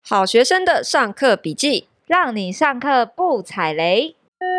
好学生的上课笔记， 让你上课不踩雷。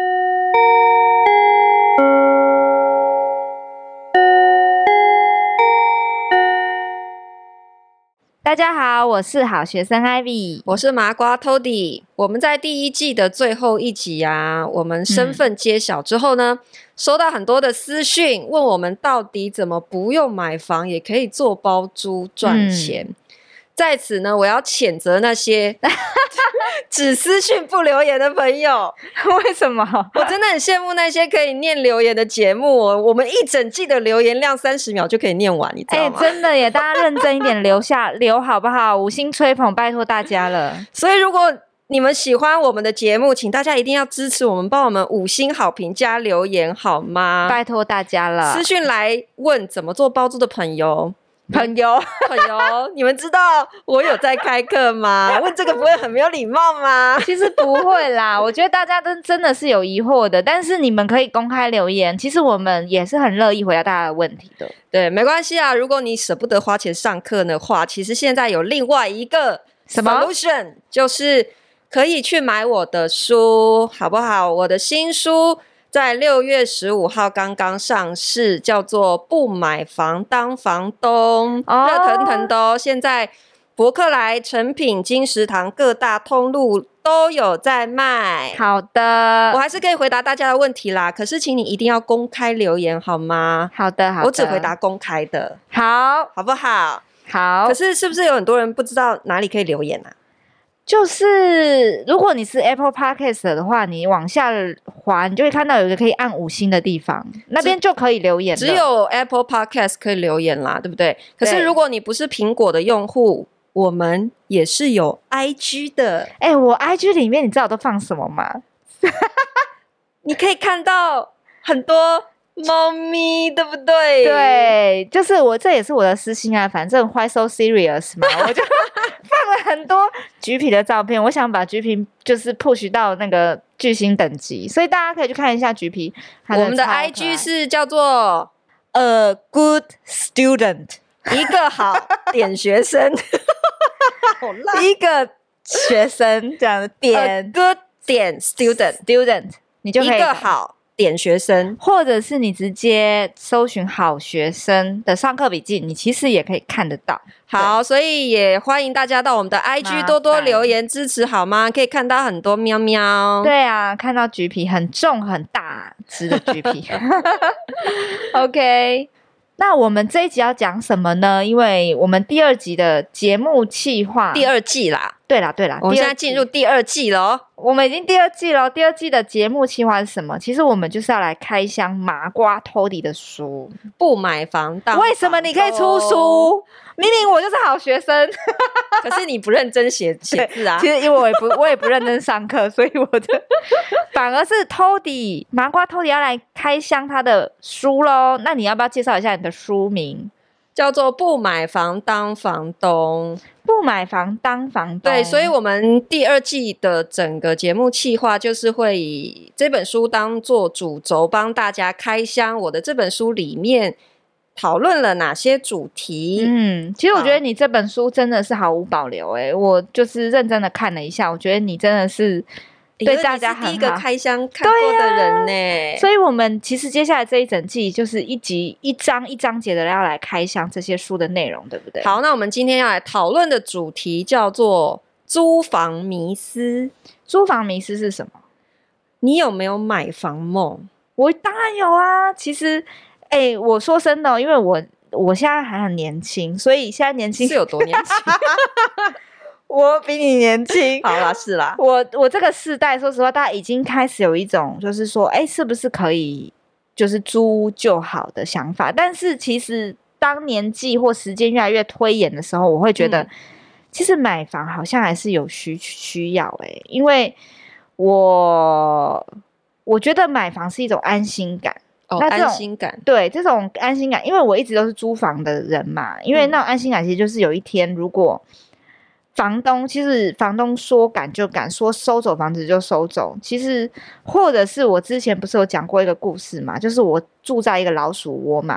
大家好，我是好学生 Ivy， 我是麻瓜 Tody。我们在第一季的最后一集啊，我们身份揭晓之后呢，收到很多的私讯，问我们到底怎么不用买房也可以做包租赚钱。在此呢，我要谴责那些只私讯不留言的朋友。 为什么？ 我真的很羡慕那些可以念留言的节目哦。我们一整季的留言量30秒就可以念完，你知道吗？ 真的耶，大家认真一点留好不好？五星吹捧，拜托大家了。 所以如果你们喜欢我们的节目，请大家一定要支持我们，帮我们5星好评加留言好吗？ 拜托大家了。 私讯来问怎么做包租的朋友，你们知道我有在开课吗？问这个不会很没有礼貌吗？ 其实不会啦，我觉得大家都真的是有疑惑的，但是你们可以公开留言，其实我们也是很乐意回答大家的问题的。 对，没关系啊，如果你舍不得花钱上课的话，其实现在有另外一个 solution， 就是可以去买我的书，好不好？我的新书在6月15号刚刚上市，叫做《不买房当房东》，热腾腾的哦。现在博客来、诚品、金石堂各大通路都有在卖。 好的， 我还是可以回答大家的问题啦，可是请你一定要公开留言好吗？ 好的， 我只回答公开的， 好不好？ 好。 可是不是有很多人不知道哪里可以留言啊？ 就是如果你是 Apple Podcast 的话，你往下滑，你就会看到有一个可以按5星的地方，那边就可以留言了。 只有 Apple Podcast 可以留言啦，对不对？可是如果你不是苹果的用户，我们也是有 IG 的。 我 IG 里面你知道我都放什么吗？ 你可以看到很多猫咪，对不对？ 对，就是这也是我的私心啊，反正 Why so serious 嘛，我就放了很多橘皮的照片，我想把橘皮就是 push 到那个巨星等级，所以大家可以去看一下橘皮。我们的 IG 是叫做 A Good Student， 一个好点学生，好烂， 一个学生这样点 A Good 点 student， 你就可以一个好点学生， 或者是你直接搜寻好学生的上课笔记，你其实也可以看得到。 好，所以也欢迎大家到我们的 IG 多多留言支持好吗？可以看到很多喵喵。 对啊，看到橘皮很重很大只的橘皮。OK， 那我们这一集要讲什么呢？因为我们第2集的节目企划， 第2季啦。 对啦， 我们现在进入第2季了哦。 我们已经第2季了。第2季的节目企划是什么？其实我们就是要来开箱麻瓜 Tody 的书， 不买房当房东。 为什么你可以出书？明明我就是好学生， 可是你不认真写字啊。 其实因为我也不认真上课，所以我就反而是 Tody 麻瓜 Tody 要来开箱他的书咯。那你要不要介绍一下你的书名？ 叫做不买房当房东。 不买房当房东。 对，所以我们第2季的整个节目企划就是会以这本书当做主轴，帮大家开箱我的这本书里面讨论了哪些主题。 其实我觉得你这本书真的是毫无保留。我就是认真的看了一下，我觉得你真的是对大家很好， 你是第一个开箱看过的人呢。 所以我们其实接下来这一整季就是一集一章一章节的要来开箱这些书的内容，对不对？ 好，那我们今天要来讨论的主题叫做租房迷思。 租房迷思是什么？ 你有没有买房梦？ 我当然有啊。其实我说真的因为我现在还很年轻，所以现在年轻是有多年轻？ 我比你年轻。 好啦，是啦。 我这个世代，说实话，大家已经开始有一种就是说，是不是可以就是租就好的想法？但是其实当年纪或时间越来越推演的时候，我会觉得，其实买房好像还是有需要因为我觉得买房是一种安心感。 安心感。 对，这种安心感，因为我一直都是租房的人嘛，因为那种安心感其实就是有一天如果其实房东说赶就赶，说收走房子就收走。其实或者是我之前不是有讲过一个故事嘛，就是我住在一个老鼠窝嘛，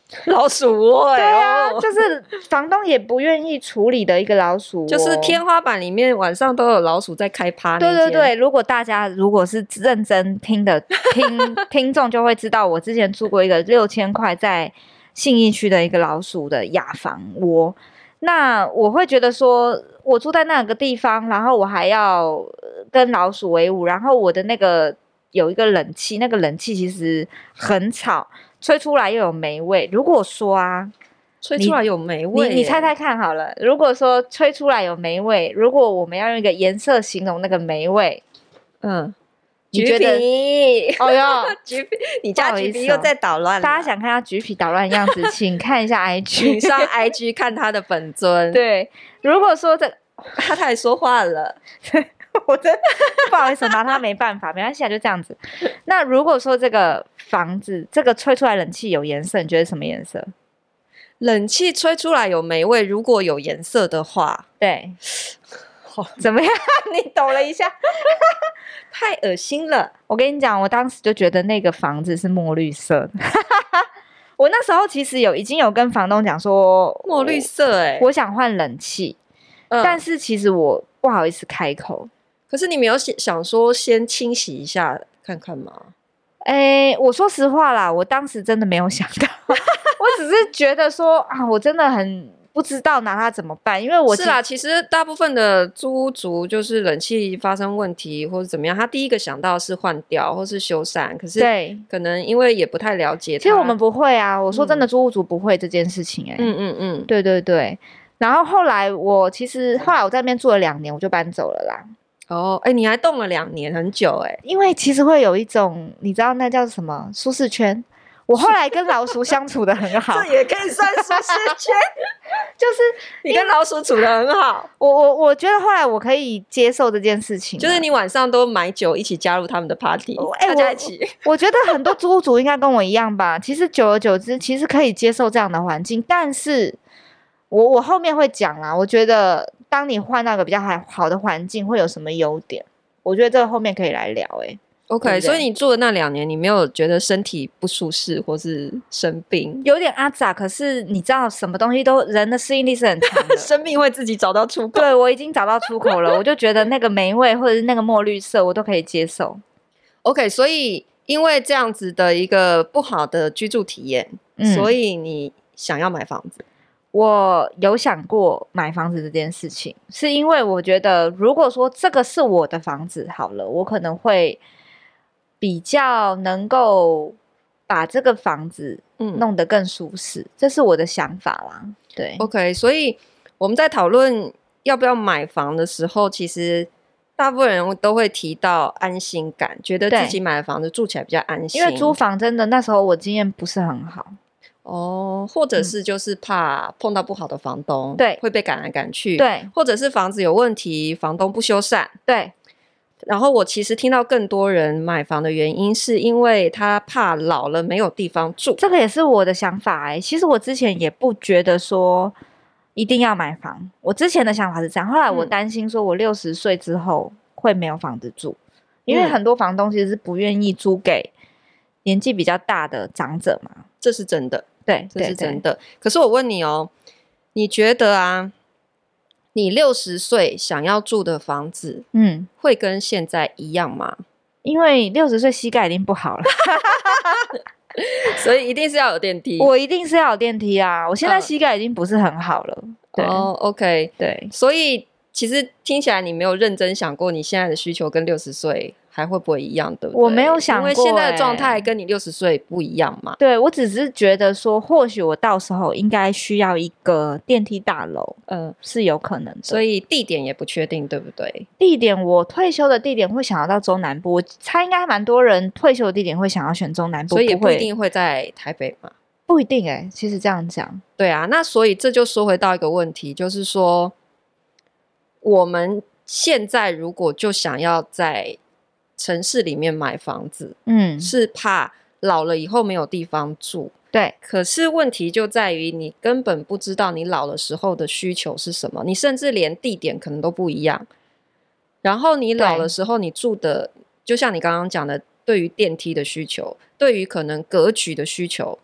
老鼠窝， 对啊，就是房东也不愿意处理的一个老鼠窝， 就是天花板里面晚上都有老鼠在开趴。 对对对，如果大家是认真听众就会知道，我之前住过一个6000块在信义区的一个老鼠的雅房窝。那我会觉得说，我住在那个地方，然后我还要跟老鼠为伍，然后我的那个有一个冷气，那个冷气其实很吵，吹出来又有霉味。如果说吹出来有霉味， 你猜猜看好了。如果说吹出来有霉味，如果我们要用一个颜色形容那个霉味，你觉得？哦哟， 橘皮，你家橘皮又在捣乱了。 大家想看他橘皮捣乱的样子，请看一下 IG， 请上 IG 看他的本尊。 对，如果说他还说话了， 我真的不好意思，拿他没办法，没关系，就这样子。那如果说这个房子这个吹出来冷气有颜色，你觉得什么颜色？ 冷气吹出来有霉味，如果有颜色的话， 对，怎么样？你抖了一下， 太恶心了。 我跟你讲，我当时就觉得那个房子是墨绿色的。我那时候其实已经有跟房东讲说， 墨绿色我想换冷气，但是其实我不好意思开口。 可是你没有想说先清洗一下看看吗？ 我说实话啦，我当时真的没有想到，我只是觉得说我真的很不知道拿它怎么办，因为是啦，其实大部分的租屋族就是冷气发生问题或者怎么样，他第一个想到是换掉或是修缮，可是可能因为也不太了解它。 其实我们不会啊，我说真的，租屋族不会这件事情对对对。然后后来我在那边住了2年，我就搬走了啦。 你还动了2年，很久因为其实会有一种你知道那叫什么舒适圈。我后来跟老鼠相处的很好， 这也可以算舒适圈， 就是你跟老鼠处的很好。 我觉得后来我可以接受这件事情， 就是你晚上都买酒一起加入他们的 party，大家一起。 我觉得很多租屋族应该跟我一样吧，其实久而久之，其实可以接受这样的环境，但是我后面会讲啦，我觉得当你换那个比较好的环境会有什么优点，我觉得这个后面可以来聊 OK， 所以你住的那2年，你没有觉得身体不舒适或是生病？ 有点阿杂，可是你知道什么东西都人的适应力是很强的， 生病会自己找到出口。 对，我已经找到出口了，我就觉得那个霉味或者是那个墨绿色我都可以接受。 OK， 所以因为这样子的一个不好的居住体验，所以你想要买房子？ 我有想过买房子这件事情，是因为我觉得如果说这个是我的房子好了，我可能会比较能够把这个房子弄得更舒适，这是我的想法啦。对 ，OK， 所以我们在讨论要不要买房的时候，其实大部分人都会提到安心感，觉得自己买的房子住起来比较安心。 因为租房真的那时候我经验不是很好或者是就是怕碰到不好的房东， 对， 会被赶来赶去， 对， 或者是房子有问题，房东不修缮， 对。 然后我其实听到更多人买房的原因是因为他怕老了没有地方住， 这个也是我的想法其实我之前也不觉得说一定要买房，我之前的想法是这样，后来我担心说我60岁之后会没有房子住，因为很多房东其实是不愿意租给年纪比较大的长者嘛， 这是真的， 对， 这是真的。可是我问你你觉得你60岁想要住的房子，会跟现在一样吗？ 因为60岁膝盖已经不好了， 所以一定是要有电梯。 我一定是要有电梯啊！我现在膝盖已经不是很好了。 OK， 对， 所以其实听起来你没有认真想过你现在的需求跟60岁还会不会一样，对不对？ 我没有想过， 因为现在的状态跟你60岁不一样嘛。 对，我只是觉得说，或许我到时候应该需要一个电梯大楼，是有可能的。 所以地点也不确定，对不对？ 地点，我退休的地点会想要到中南部，我猜应该蛮多人退休的地点会想要选中南部， 所以也不一定会在台北嘛。 不一定其实这样讲， 对啊，那所以这就说回到一个问题，就是说我们现在如果就想要在城市里面买房子，是怕老了以后没有地方住。 对， 可是问题就在于你根本不知道你老的时候的需求是什么，你甚至连地点可能都不一样。然后你老的时候，你住的就像你刚刚讲的，对于电梯的需求，对于可能格局的需求， 对，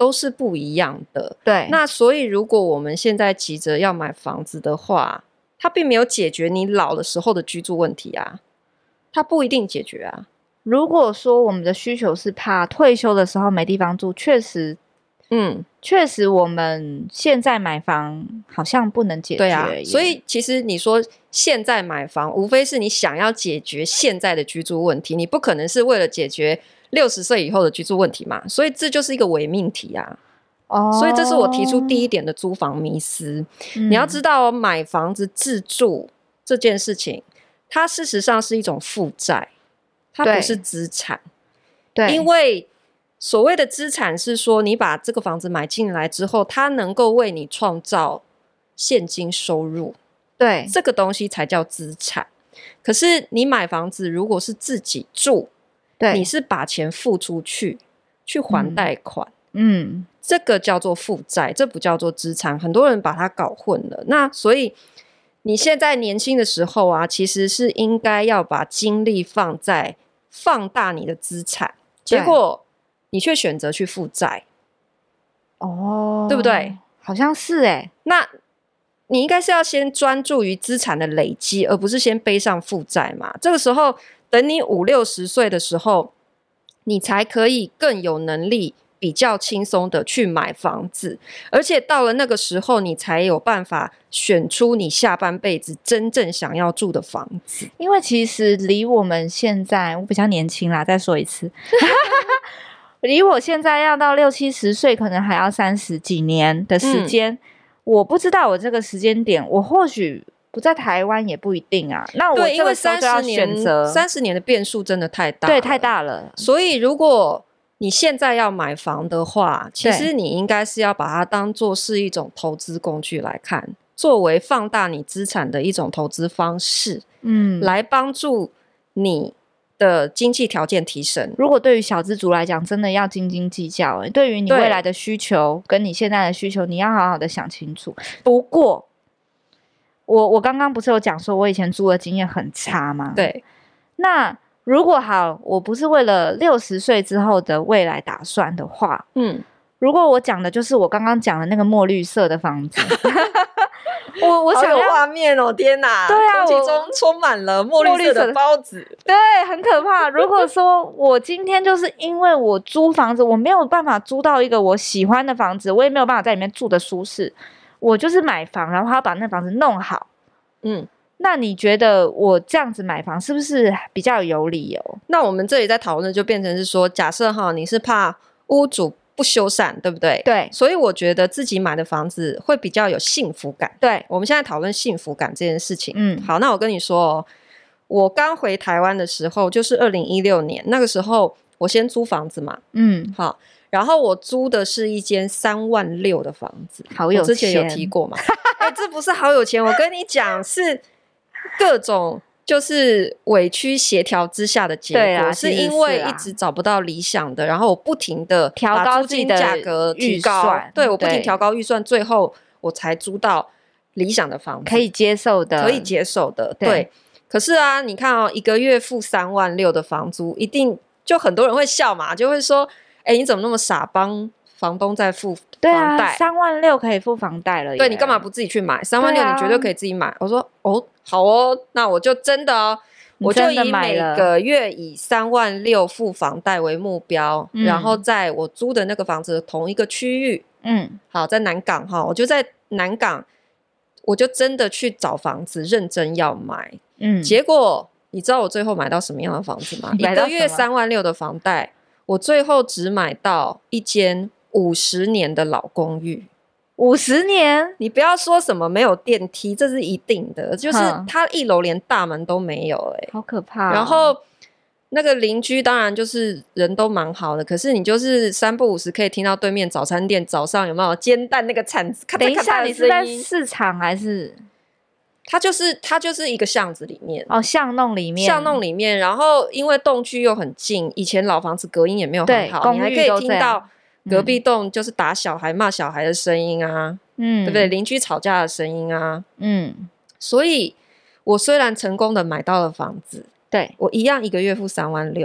都是不一样的。 对， 那所以如果我们现在急着要买房子的话，它并没有解决你老的时候的居住问题啊，它不一定解决啊。 如果说我们的需求是怕退休的时候没地方住，确实我们现在买房好像不能解决。 对啊，所以其实你说现在买房，无非是你想要解决现在的居住问题，你不可能是为了解决60岁以后的居住问题嘛，所以这就是一个伪命题啊。所以这是我提出第一点的租房迷思。你要知道买房子自住这件事情，它事实上是一种负债，它不是资产。 对， 因为所谓的资产是说你把这个房子买进来之后，它能够为你创造现金收入， 对， 这个东西才叫资产。可是你买房子如果是自己住， 对， 你是把钱付出去还贷款，这个叫做负债，这不叫做资产。很多人把它搞混了。那所以你现在年轻的时候啊，其实是应该要把精力放在放大你的资产，结果你却选择去负债，对不对？ 好像是欸。 那你应该是要先专注于资产的累积，而不是先背上负债嘛。这个时候等你50-60岁的时候，你才可以更有能力比较轻松的去买房子，而且到了那个时候你才有办法选出你下半辈子真正想要住的房子。 因为其实离我们现在，我比较年轻啦，再说一次离我现在要到60-70岁可能还要30几年的时间，我不知道我这个时间点我或许不在台湾也不一定啊。那我这个时候就要选择 30年的变数真的太大了， 对，太大了。 所以如果你现在要买房的话，其实你应该是要把它当作是一种投资工具来看，作为放大你资产的一种投资方式，来帮助你的经济条件提升。 如果对于小资族来讲，真的要斤斤计较，对于你未来的需求跟你现在的需求，你要好好的想清楚。不过我刚刚不是有讲说我以前租的经验很差吗？ 对， 那如果好，我不是为了60岁之后的未来打算的话，如果我讲的就是我刚刚讲的那个墨绿色的房子我想要好有画面哦，天哪！ 对啊， 空气中充满了墨绿色的包子， 对，很可怕。如果说我今天就是因为我租房子，我没有办法租到一个我喜欢的房子，我也没有办法在里面住的舒适，我就是买房，然后还要把那房子弄好，那你觉得我这样子买房是不是比较有理由？ 那我们这里在讨论的就变成是说，假设哈你是怕屋主不修缮，对不对？ 对， 所以我觉得自己买的房子会比较有幸福感。 对， 我们现在讨论幸福感这件事情。好，那我跟你说哦，我刚回台湾的时候，就是2016年那个时候，我先租房子嘛。好，然后我租的是一间3.6万的房子， 好有钱， 我之前有提过嘛？这不是好有钱，我跟你讲是各种就是委屈协调之下的结果，是因为一直找不到理想的，然后我不停的调高自己的价格提高，对，我不停调高预算，最后我才租到理想的房子， 可以接受的， 对。可是啊，你看哦，一个月付3.6万的房租，一定就很多人会笑嘛，就会说，你怎么那么傻，帮房东在付房贷？ 对啊，3.6万可以付房贷了耶。 对，你干嘛不自己去买？3.6万你绝对可以自己买。我说好哦，那我就真的哦，我就以每个月以3.6万付房贷为目标，然后在我租的那个房子的同一个区域，好，在南港哈，我就在南港，我就真的去找房子，认真要买。结果你知道我最后买到什么样的房子吗？一个月3.6万的房贷，我最后只买到一间50年的老公寓。 50年？ 你不要说什么没有电梯，这是一定的，就是它1楼连大门都没有， 好可怕。 然后那个邻居当然就是人都蛮好的，可是你就是3不5时可以听到对面早餐店早上有没有煎蛋那个铲子咔嚓咔嚓的声音。 等一下，你是在市场还是？ 它就是一个巷子里面巷弄里面， 然后因为栋距又很近，以前老房子隔音也没有很好，你还可以听到隔壁栋就是打小孩骂小孩的声音啊，对不对？邻居吵架的声音啊，所以我虽然成功的买到了房子， 对， 我一样一个月付3.6万，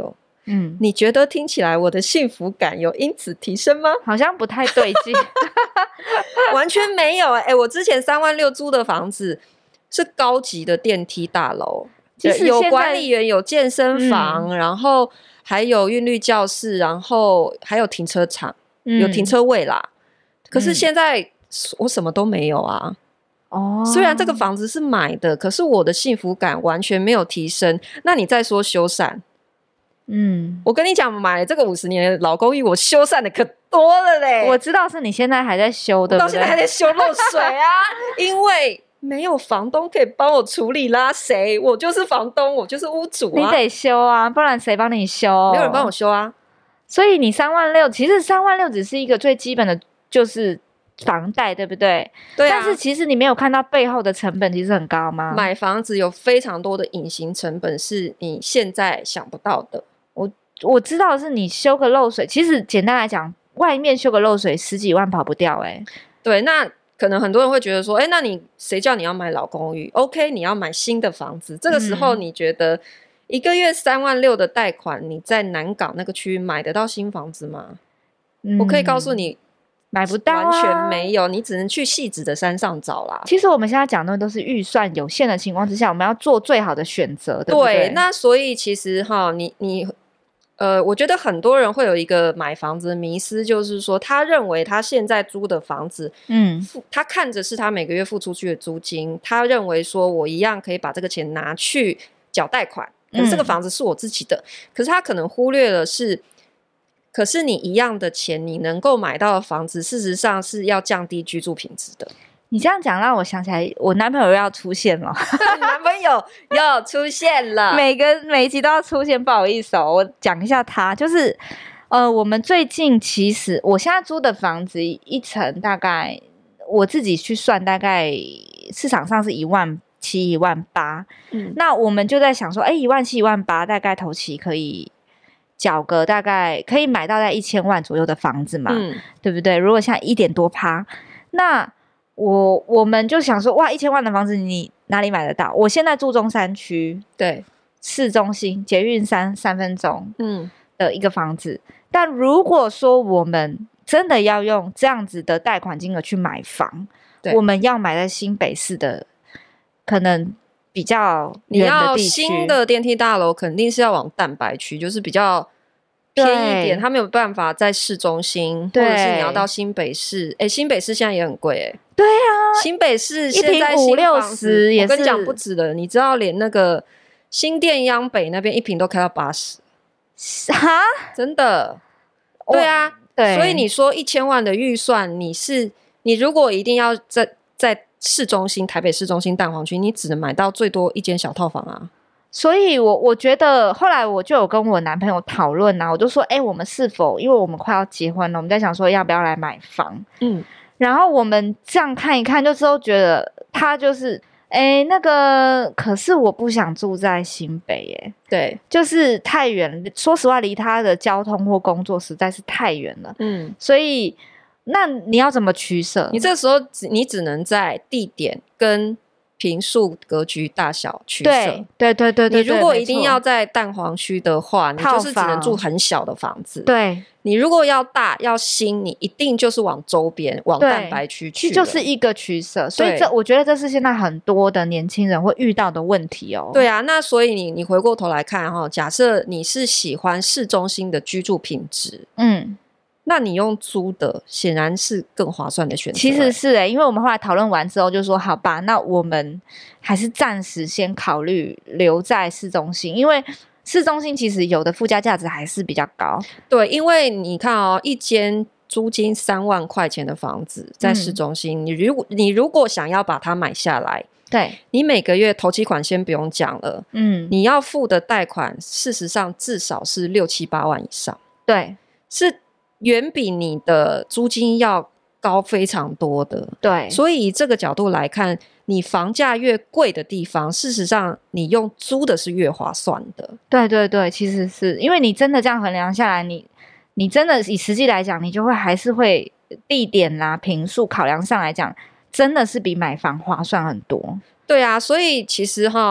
你觉得听起来我的幸福感有因此提升吗？ 好像不太对劲。 完全没有我之前3万6租的房子是高级的电梯大楼，有管理员，有健身房，然后还有韵律教室，然后还有停车场，有停车位啦。可是现在我什么都没有啊。虽然这个房子是买的，可是我的幸福感完全没有提升。那你再说修缮，我跟你讲，买了这个50年的老公寓，我修缮的可多了嘞。 我知道是你现在还在修，对不对？ 到现在还在修漏水啊。因为没有房东可以帮我处理啦。谁？我就是房东，我就是屋主啊。 你得修啊，不然谁帮你修？ 没有人帮我修啊。 所以你3万6，其实3万6只是一个最基本的，就是房贷，对不对？ 对啊。 但是其实你没有看到背后的成本其实很高吗？ 买房子有非常多的隐形成本是你现在想不到的。 我知道是你修个漏水，其实简单来讲，外面修个漏水10几万跑不掉对，那可能很多人会觉得说，那你谁叫你要买老公寓 ？OK， 你要买新的房子，这个时候你觉得一个月3万6的贷款，你在南港那个区域买得到新房子吗？我可以告诉你， 买不到啊， 完全没有，你只能去汐止的山上找啦。 其实我们现在讲的都是预算有限的情况之下，我们要做最好的选择，对不对？ 对，那所以其实我觉得很多人会有一个买房子的迷思，就是说他认为他现在租的房子，他看着是他每个月付出去的租金，他认为说我一样可以把这个钱拿去缴贷款，可是这个房子是我自己的，可是他可能忽略了可是你一样的钱，你能够买到的房子，事实上是要降低居住品质的。 你这样讲让我想起来，我男朋友要出现了。 你男朋友要出现了， 每一集都要出现，不好意思我讲一下他，就是我们最近其实我现在租的房子一层大概我自己去算，大概市场上是17000、18000。那我们就在想说，17000、18000大概头期可以缴个大概可以买到在1000万左右的房子嘛，对不对？如果现在1点多%，那我们就想说，哇，1000万的房子你哪里买得到？我现在住中山区， 对， 市中心捷运3分钟的一个房子。但如果说我们真的要用这样子的贷款金额去买房，我们要买在新北市的可能比较远的地区， 你要新的电梯大楼肯定是要往蛋白区，就是比较偏一点，他没有办法在市中心，或者是你要到新北市。新北市现在也很贵对啊， 新北市现在新房子我跟你讲不止了，你知道连那个新店央北那边一坪都开到80， 哈， 真的。对啊，对，所以你说1000万的预算，你如果一定要在市中心，台北市中心蛋黄区，你只能买到最多一间小套房啊。 所以我觉得后来我就有跟我男朋友讨论我就说我们是否因为我们快要结婚了，我们在想说要不要来买房，然后我们这样看一看就之后觉得他就是那个可是我不想住在新北对， 就是太远，说实话离他的交通或工作实在是太远了，所以那你要怎么取舍？ 你这个时候你只能在地点跟坪数、格局、大小取舍。 对， 你如果一定要在蛋黄区的话，你就是只能住很小的房子。 对， 你如果要大要新，你一定就是往周边、往蛋白区去。 就是一个取舍。所以我觉得这是现在很多的年轻人会遇到的问题对啊，那所以你回过头来看假设你是喜欢市中心的居住品质，那你用租的显然是更划算的选择。 其实是因为我们后来讨论完之后就说好吧，那我们还是暂时先考虑留在市中心，因为市中心其实有的附加价值还是比较高。 对，因为你看一间租金3万块钱的房子在市中心，你如果想要把它买下来， 对， 你每个月头期款先不用讲了，你要付的贷款事实上至少是6、7、8万以上。 对， 是远比你的租金要高非常多的。 对， 所以以这个角度来看，你房价越贵的地方，事实上你用租的是越划算的。 对，其实是因为你真的这样衡量下来，你真的以实际来讲，你就会还是会地点啦、坪数考量上来讲，真的是比买房划算很多。 对啊，所以其实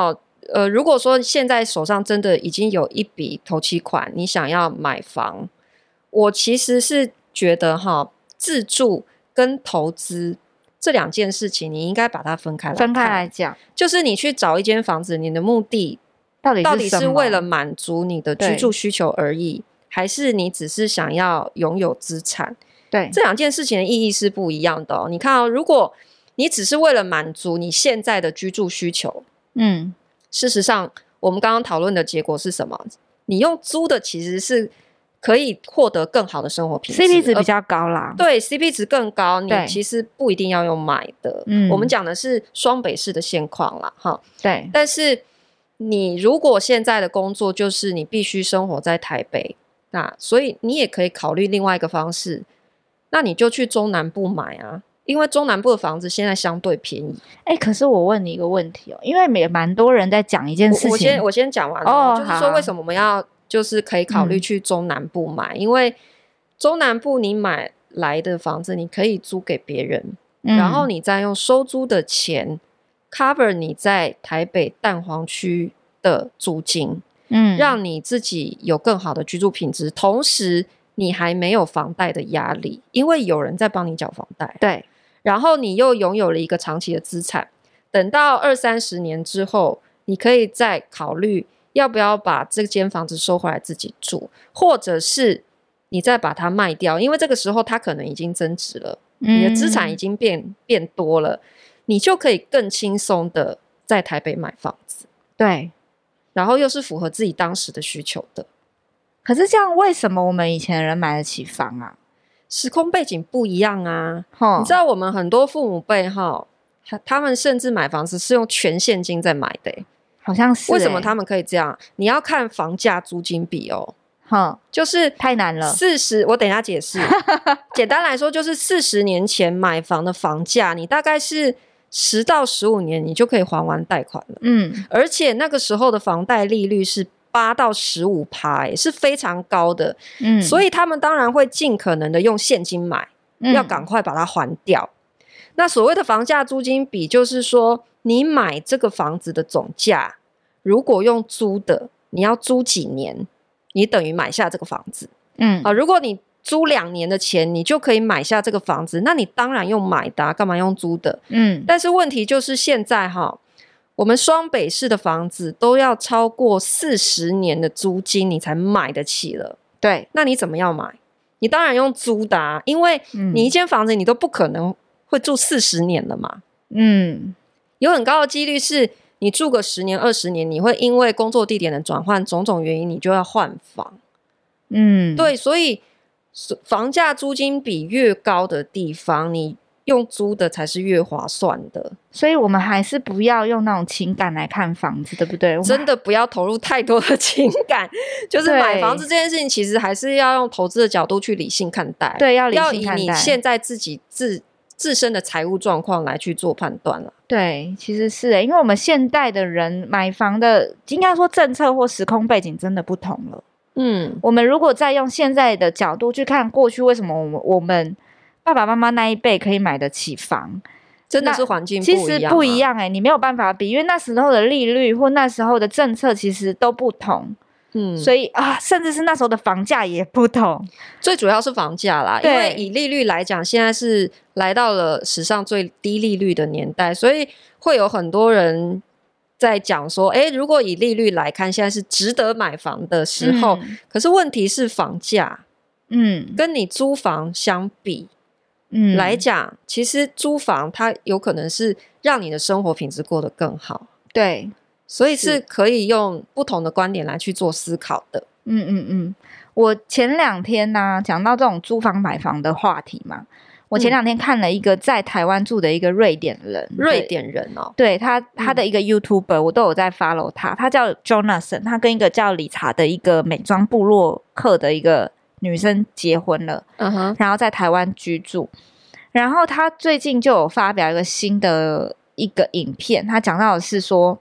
如果说现在手上真的已经有一笔头期款，你想要买房，我其实是觉得自住跟投资这两件事情，你应该把它分开来讲。 就是你去找一间房子，你的目的到底是为了满足你的居住需求而已，还是你只是想要拥有资产？ 对， 这两件事情的意义是不一样的哦。你看如果你只是为了满足你现在的居住需求，事实上我们刚刚讨论的结果是什么？你用租的其实是可以获得更好的生活品质， CP 值比较高啦。 对， CP 值更高，你其实不一定要用买的。我们讲的是双北市的现况啦， 对。 但是你如果现在的工作就是你必须生活在台北，那所以你也可以考虑另外一个方式，那你就去中南部买啊，因为中南部的房子现在相对便宜。 可是我问你一个问题哦，因为也蛮多人在讲一件事情。 我先讲完就是说为什么我们要就是可以考虑去中南部买，因为中南部你买来的房子你可以租给别人，然后你再用收租的钱 cover 你在台北蛋黄区的租金，让你自己有更好的居住品质，同时你还没有房贷的压力，因为有人在帮你缴房贷。 对， 然后你又拥有了一个长期的资产，等到20-30年之后，你可以再考虑要不要把这间房子收回来自己住，或者是你再把它卖掉，因为这个时候它可能已经增值了，你的资产已经变多了，你就可以更轻松的在台北买房子。 对， 然后又是符合自己当时的需求的。 可是这样为什么我们以前的人买得起房啊？ 时空背景不一样啊。你知道我们很多父母辈他们甚至买房子是用全现金在买的。 好像是。 为什么他们可以这样？你要看房价租金比哦。就是太难了。 我等一下解释。简单来说就是40年前买房的房价，你大概是10到15年你就可以还完贷款了。而且那个时候的房贷利率是8到15%，是非常高的。所以他们当然会尽可能的用现金买，要赶快把它还掉。那所谓的房价租金比，就是说你买这个房子的总价，如果用租的，你要租几年，你等于买下这个房子。如果你租2年的钱，你就可以买下这个房子，那你当然用买的干嘛用租的？但是问题就是现在我们双北市的房子都要超过40年的租金你才买得起了。 对， 那你怎么样买？你当然用租的因为你一间房子你都不可能会住40年了嘛。有很高的几率是你住个10年20年，你会因为工作地点的转换种种原因，你就要换房。对，所以房价租金比越高的地方，你用租的才是越划算的。 所以我们还是不要用那种情感来看房子，对不对？ 真的不要投入太多的情感。就是买房子这件事情其实还是要用投资的角度去理性看待。 对，要理性看待， 要以你现在自身的财务状况来去做判断了。 对，其实是因为我们现代的人买房的应该说政策或时空背景真的不同了。我们如果再用现在的角度去看过去，为什么我们爸爸妈妈那一辈可以买得起房， 真的是环境不一样。 其实不一样你没有办法比，因为那时候的利率或那时候的政策其实都不同。所以甚至是那时候的房价也不同。 最主要是房价啦，因为以利率来讲，现在是来到了史上最低利率的年代，所以会有很多人在讲说如果以利率来看，现在是值得买房的时候。可是问题是房价跟你租房相比来讲，其实租房它有可能是让你的生活品质过得更好。 对， 所以是可以用不同的观点来去做思考的。 我前2天讲到这种租房买房的话题嘛，我前2天看了一个在台湾住的一个瑞典人。对，他的一个 YouTuber 我都有在 follow 他叫 Jonathan， 他跟一个叫理查的一个美妆部落客的一个女生结婚了。然后在台湾居住，然后他最近就有发表一个新的一个影片，他讲到的是说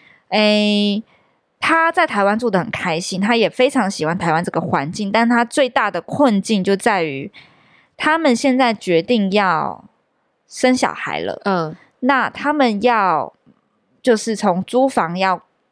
他在台湾住得很开心，他也非常喜欢台湾这个环境，但他最大的困境就在于他们现在决定要生小孩了。那他们要就是从租房要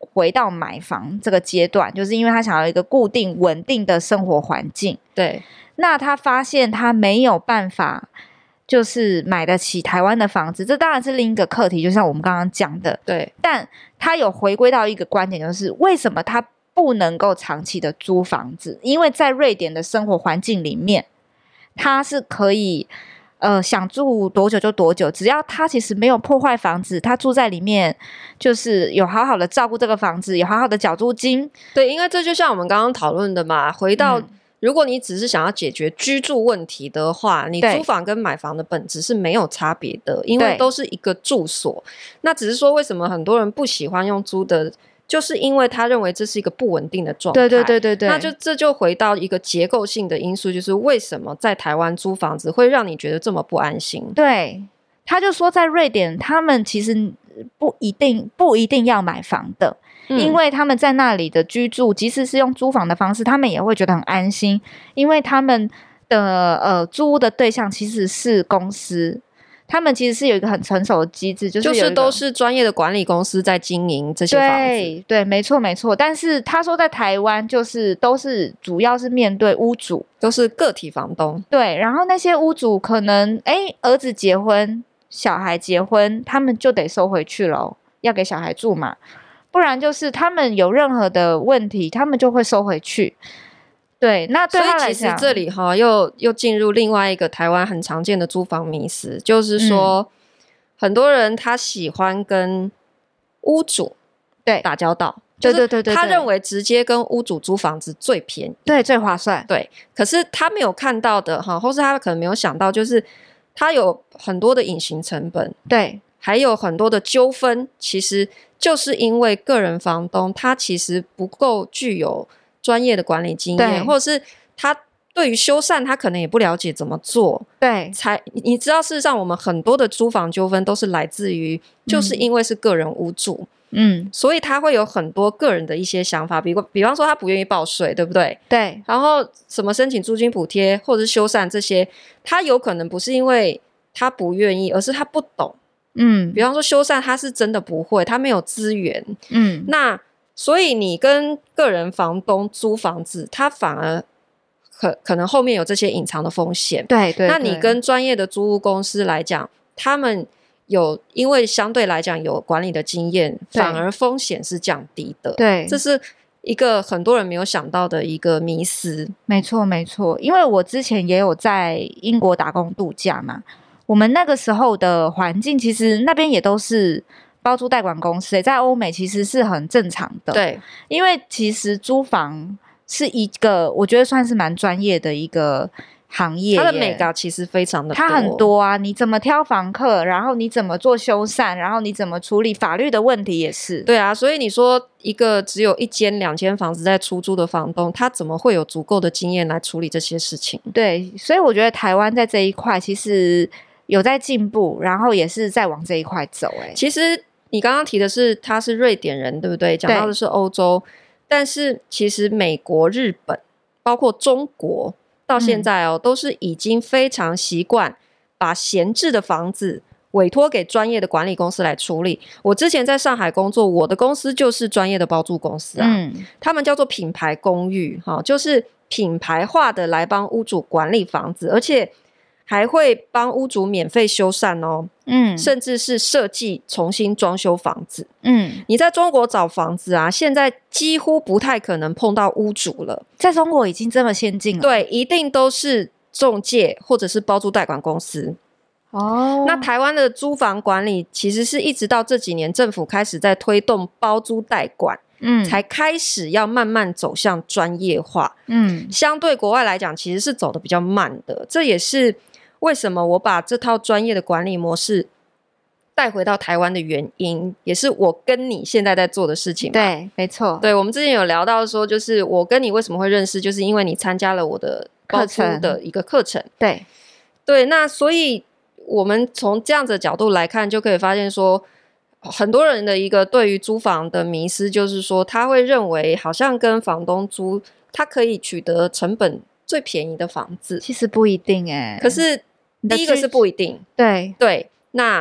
回到买房这个阶段，就是因为他想要一个固定稳定的生活环境。 对， 那他发现他没有办法就是买得起台湾的房子，这当然是另一个课题，就像我们刚刚讲的。 对， 但他有回归到一个观点，就是为什么他不能够长期的租房子？因为在瑞典的生活环境里面，他是可以想住多久就多久，只要他其实没有破坏房子，他住在里面就是有好好的照顾这个房子，有好好的缴租金。 对，因为这就像我们刚刚讨论的嘛，回到如果你只是想要解决居住问题的话，你租房跟买房的本质是没有差别的，因为都是一个住所。那只是说为什么很多人不喜欢用租的，就是因为他认为这是一个不稳定的状态。 对， 那这就回到一个结构性的因素，就是为什么在台湾租房子会让你觉得这么不安心。 对，他就说在瑞典他们其实不一定要买房的，因为他们在那里的居住即使是用租房的方式，他们也会觉得很安心，因为他们的租屋的对象其实是公司，他们其实是有一个很成熟的机制，就是都是专业的管理公司在经营这些房子。 对，没错。但是他说在台湾就是都是主要是面对屋主， 都是个体房东。 对，然后那些屋主可能儿子结婚小孩结婚，他们就得收回去咯，要给小孩住嘛，不然就是他们有任何的问题他们就会收回去。对，那对他来讲， 所以其实这里又进入另外一个台湾很常见的租房迷思，就是说很多人他喜欢跟屋主打交道， 对， 他认为直接跟屋主租房子最便宜， 对，最划算。 对，可是他没有看到的或是他可能没有想到，就是他有很多的隐形成本， 对， 还有很多的纠纷，其实就是因为个人房东他其实不够具有专业的管理经验，或者是他对于修缮他可能也不了解怎么做。 对， 你知道事实上我们很多的租房纠纷都是来自于就是因为是个人屋主，所以他会有很多个人的一些想法，比方说他不愿意报税，对不对？ 对， 然后什么申请租金补贴或者是修缮这些，他有可能不是因为他不愿意，而是他不懂。比方说修缮他是真的不会，他没有资源。那所以你跟个人房东租房子，他反而可能后面有这些隐藏的风险。 对， 那你跟专业的租屋公司来讲，他们因为相对来讲有管理的经验，反而风险是降低的。 对， 这是一个很多人没有想到的一个迷思。 没错，因为我之前也有在英国打工度假嘛，我们那个时候的环境其实那边也都是包租代管公司，在欧美其实是很正常的。 对， 因为其实租房是一个我觉得算是蛮专业的一个行业， 它的美感其实非常的多， 它很多啊，你怎么挑房客，然后你怎么做修缮，然后你怎么处理法律的问题也是。 对啊，所以你说一个只有1间2间房子在出租的房东，他怎么会有足够的经验来处理这些事情？ 对，所以我觉得台湾在这一块其实有在进步，然后也是在往这一块走。 其实你刚刚提的是他是瑞典人，对不对？讲到的是欧洲，但是其实美国、日本包括中国到现在都是已经非常习惯把闲置的房子委托给专业的管理公司来处理。我之前在上海工作，我的公司就是专业的包租公司啊，他们叫做品牌公寓，就是品牌化的来帮屋主管理房子，而且还会帮屋主免费修缮哦，甚至是设计重新装修房子。你在中国找房子啊，现在几乎不太可能碰到屋主了， 在中国已经这么先进了。 对，一定都是中介或者是包租代管公司。那台湾的租房管理其实是一直到这几年政府开始在推动包租代管，才开始要慢慢走向专业化。相对国外来讲其实是走得比较慢的，这也是为什么我把这套专业的管理模式带回到台湾的原因，也是我跟你现在在做的事情嘛。 对，没错。 对，我们之前有聊到说，就是我跟你为什么会认识，就是因为你参加了我的包租的一个课程。对，那所以我们从这样子的角度来看，就可以发现说，很多人的一个对于租房的迷思，就是说他会认为好像跟房东租，他可以取得成本最便宜的房子。 其实不一定可是第一个是不一定。对，那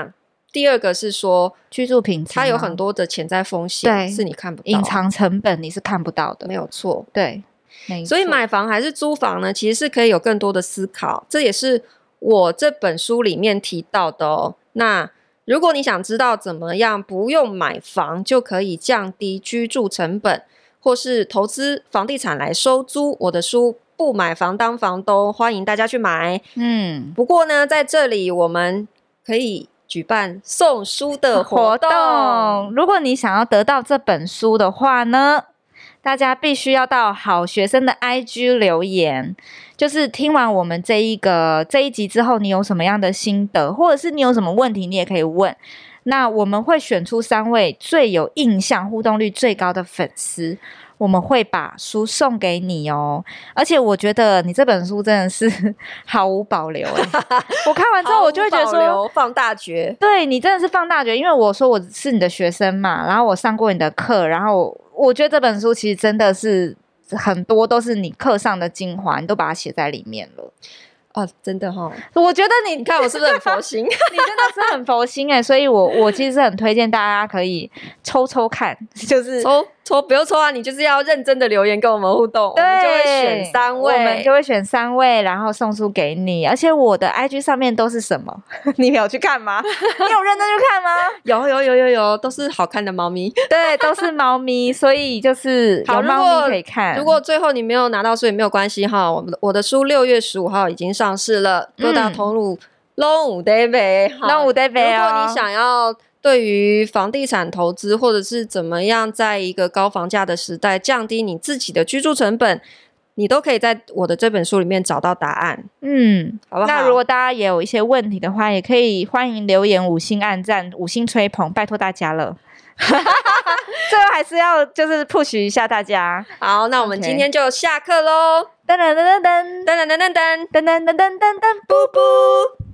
第二个是说居住品质， 它有很多的潜在风险是你看不到， 隐藏成本你是看不到的， 没有错。 对， 所以买房还是租房呢，其实是可以有更多的思考，这也是我这本书里面提到的哦。那如果你想知道怎么样不用买房就可以降低居住成本，或是投资房地产来收租，我的书不买房当房东，欢迎大家去买。不过呢，在这里我们可以举办送书的活动。 如果你想要得到这本书的话呢，大家必须要到好学生的 IG 留言，就是听完我们这一集之后，你有什么样的心得，或者是你有什么问题，你也可以问。那我们会选出3位最有印象、互动率最高的粉丝，我们会把书送给你哦。而且我觉得你这本书真的是毫无保留我看完之后我就会觉得说放大绝， 对，你真的是放大绝，因为我说我是你的学生嘛，然后我上过你的课，然后我觉得这本书其实真的是很多都是你课上的精华，你都把它写在里面了。 真的齁， 我觉得你看我是不是很佛心？你真的是很佛心所以我其实是很推荐大家可以抽看，就是抽不用抽啊，你就是要认真的留言跟我们互动，我们就会选3位， 我们就会选3位，然后送书给你。而且我的 IG 上面都是什么？你没有去看吗？你有认真去看吗？ 有，都是好看的猫咪， 对，都是猫咪，所以就是有猫咪可以看。 如果最后你没有拿到书也没有关系哈，我的书6月15号已经上市了，各大通路拢有得买。如果你想要对于房地产投资，或者是怎么样在一个高房价的时代降低你自己的居住成本，你都可以在我的这本书里面找到答案。好不好？ 那如果大家也有一些问题的话，也可以欢迎留言、5星按赞、5星吹捧，拜托大家了。最后还是要就是 push 一下大家。 好，那我们今天就下课咯。 噔噔噔噔噔噔噔噔噔噔噔噔噔噔噔噔， 布布。